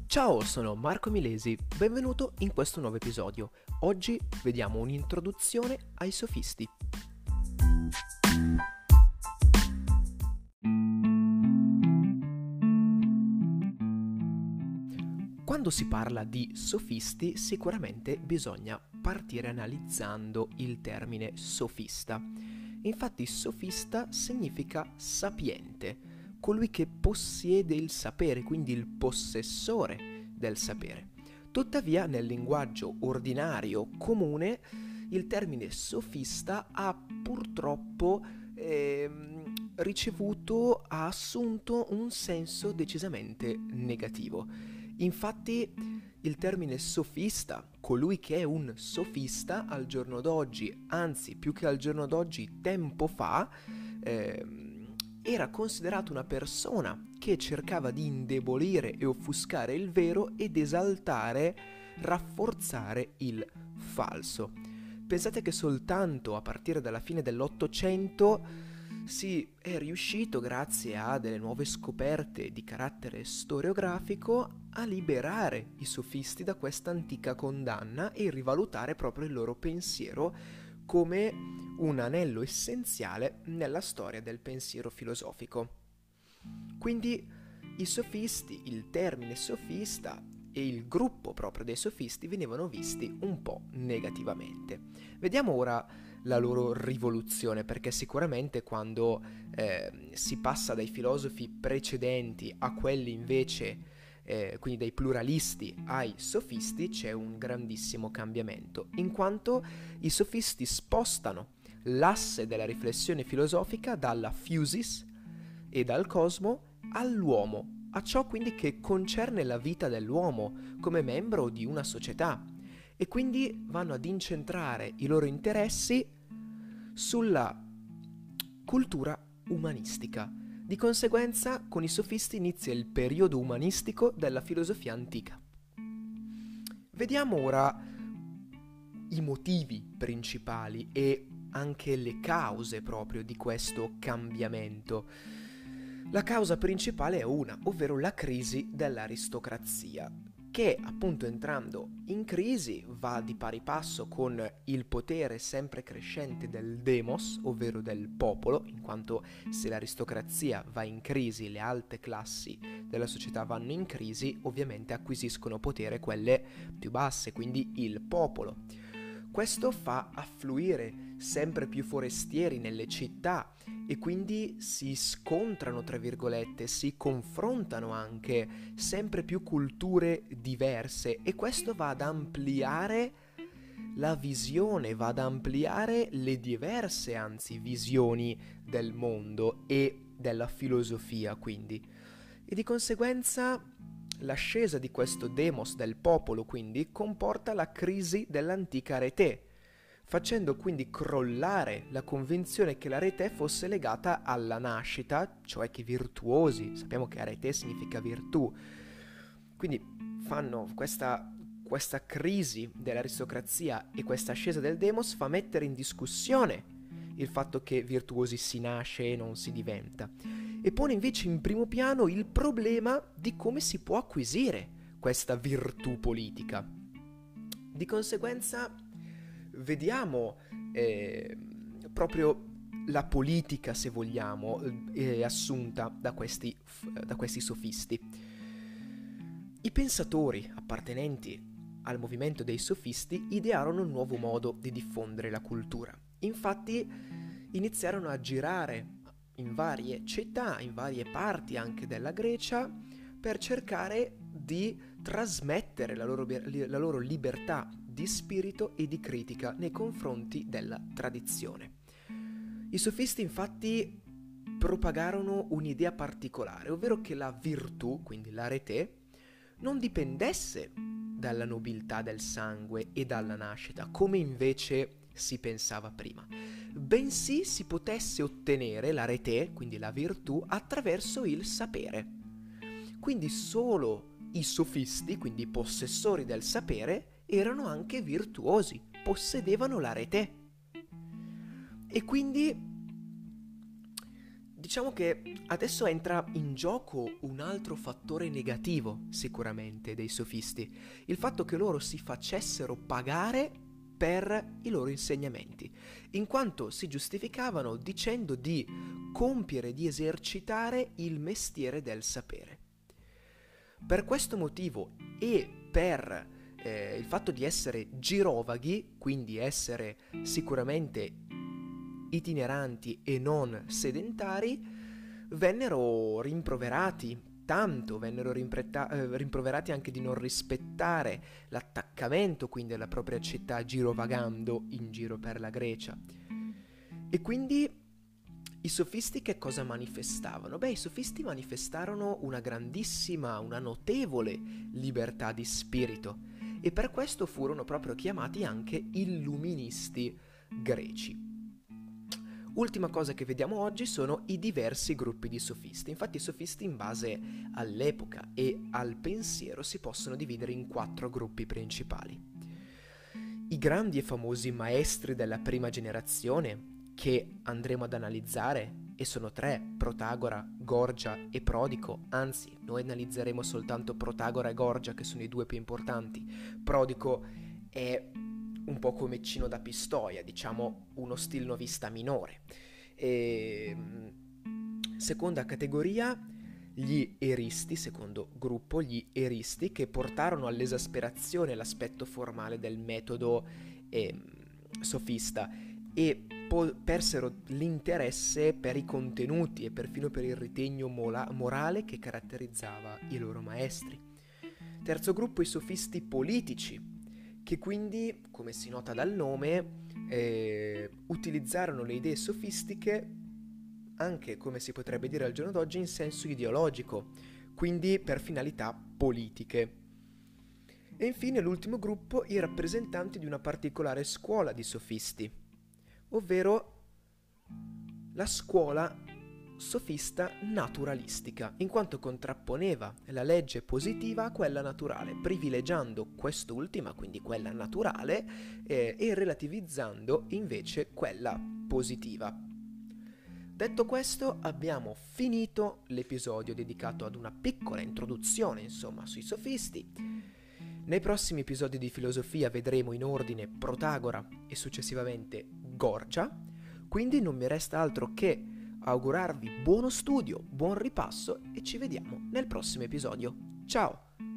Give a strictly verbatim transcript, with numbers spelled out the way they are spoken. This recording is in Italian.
Ciao, sono Marco Milesi, benvenuto in questo nuovo episodio. Oggi vediamo un'introduzione ai sofisti. Quando si parla di sofisti, sicuramente bisogna partire analizzando il termine sofista. Infatti sofista significa sapiente, colui che possiede il sapere, quindi il possessore del sapere. Tuttavia, nel linguaggio ordinario comune, il termine sofista ha purtroppo ehm, ricevuto, ha assunto un senso decisamente negativo. Infatti, il termine sofista, colui che è un sofista al giorno d'oggi, anzi più che al giorno d'oggi, tempo fa, ehm, era considerato una persona che cercava di indebolire e offuscare il vero ed esaltare, rafforzare il falso. Pensate che soltanto a partire dalla fine dell'Ottocento si è riuscito, grazie a delle nuove scoperte di carattere storiografico, a liberare i sofisti da questa antica condanna e rivalutare proprio il loro pensiero come un anello essenziale nella storia del pensiero filosofico. Quindi i sofisti, il termine sofista e il gruppo proprio dei sofisti venivano visti un po' negativamente. Vediamo ora la loro rivoluzione, perché sicuramente quando eh, si passa dai filosofi precedenti a quelli invece Eh, quindi dai pluralisti ai sofisti, c'è un grandissimo cambiamento, in quanto i sofisti spostano l'asse della riflessione filosofica dalla physis e dal cosmo all'uomo, a ciò quindi che concerne la vita dell'uomo come membro di una società, e quindi vanno ad incentrare i loro interessi sulla cultura umanistica. Di conseguenza, con i sofisti inizia il periodo umanistico della filosofia antica. Vediamo ora i motivi principali e anche le cause proprio di questo cambiamento. La causa principale è una, ovvero la crisi dell'aristocrazia, che appunto entrando in crisi va di pari passo con il potere sempre crescente del demos, ovvero del popolo, in quanto se l'aristocrazia va in crisi, le alte classi della società vanno in crisi, ovviamente acquisiscono potere quelle più basse, quindi il popolo. Questo fa affluire sempre più forestieri nelle città e quindi si scontrano, tra virgolette, si confrontano anche sempre più culture diverse, e questo va ad ampliare la visione, va ad ampliare le diverse, anzi, visioni del mondo e della filosofia, quindi. E di conseguenza l'ascesa di questo demos del popolo, quindi, comporta la crisi dell'antica arete, facendo quindi crollare la convinzione che l'arete fosse legata alla nascita, cioè che virtuosi, sappiamo che arete significa virtù, quindi fanno questa, questa crisi dell'aristocrazia e questa ascesa del demos fa mettere in discussione il fatto che virtuosi si nasce e non si diventa, e pone invece in primo piano il problema di come si può acquisire questa virtù politica. Di conseguenza vediamo eh, proprio la politica, se vogliamo, eh, assunta da questi, da questi sofisti. I pensatori appartenenti al movimento dei sofisti idearono un nuovo modo di diffondere la cultura. Infatti iniziarono a girare in varie città, in varie parti anche della Grecia, per cercare di trasmettere la loro, la loro libertà di spirito e di critica nei confronti della tradizione. I sofisti infatti propagarono un'idea particolare, ovvero che la virtù, quindi l'arete, non dipendesse dalla nobiltà del sangue e dalla nascita, come invece si pensava prima, bensì si potesse ottenere l'arete, quindi la virtù, attraverso il sapere. Quindi solo i sofisti, quindi i possessori del sapere, erano anche virtuosi, possedevano l'arete. E quindi Diciamo che adesso entra in gioco un altro fattore negativo, sicuramente, dei sofisti, il fatto che loro si facessero pagare per i loro insegnamenti, in quanto si giustificavano dicendo di compiere, di esercitare il mestiere del sapere. Per questo motivo e per eh, il fatto di essere girovaghi, quindi essere sicuramente itineranti e non sedentari, vennero rimproverati tanto, vennero rimpreta- eh, rimproverati anche di non rispettare l'attaccamento quindi alla propria città girovagando in giro per la Grecia. E quindi i sofisti che cosa manifestavano? Beh, i sofisti manifestarono una grandissima, una notevole libertà di spirito e per questo furono proprio chiamati anche illuministi greci. Ultima cosa che vediamo oggi sono i diversi gruppi di sofisti. Infatti i sofisti in base all'epoca e al pensiero si possono dividere in quattro gruppi principali. I grandi e famosi maestri della prima generazione, che andremo ad analizzare, e sono tre: Protagora, Gorgia e Prodico. Anzi, noi analizzeremo soltanto Protagora e Gorgia, che sono i due più importanti. Prodico è un po' come Cino da Pistoia, diciamo uno stilnovista minore. E, seconda categoria, gli eristi, secondo gruppo, gli eristi, che portarono all'esasperazione l'aspetto formale del metodo eh, sofista e po- persero l'interesse per i contenuti e perfino per il ritegno mola- morale che caratterizzava i loro maestri. Terzo gruppo, i sofisti politici, che quindi, come si nota dal nome, eh, utilizzarono le idee sofistiche anche, come si potrebbe dire al giorno d'oggi, in senso ideologico, quindi per finalità politiche. E infine l'ultimo gruppo, i rappresentanti di una particolare scuola di sofisti, ovvero la scuola sofista naturalistica, in quanto contrapponeva la legge positiva a quella naturale, privilegiando quest'ultima, quindi quella naturale, eh, e relativizzando invece quella positiva. Detto questo, abbiamo finito l'episodio dedicato ad una piccola introduzione, insomma, sui sofisti. Nei prossimi episodi di filosofia vedremo in ordine Protagora e successivamente Gorgia, quindi non mi resta altro che augurarvi buono studio, buon ripasso e ci vediamo nel prossimo episodio. Ciao!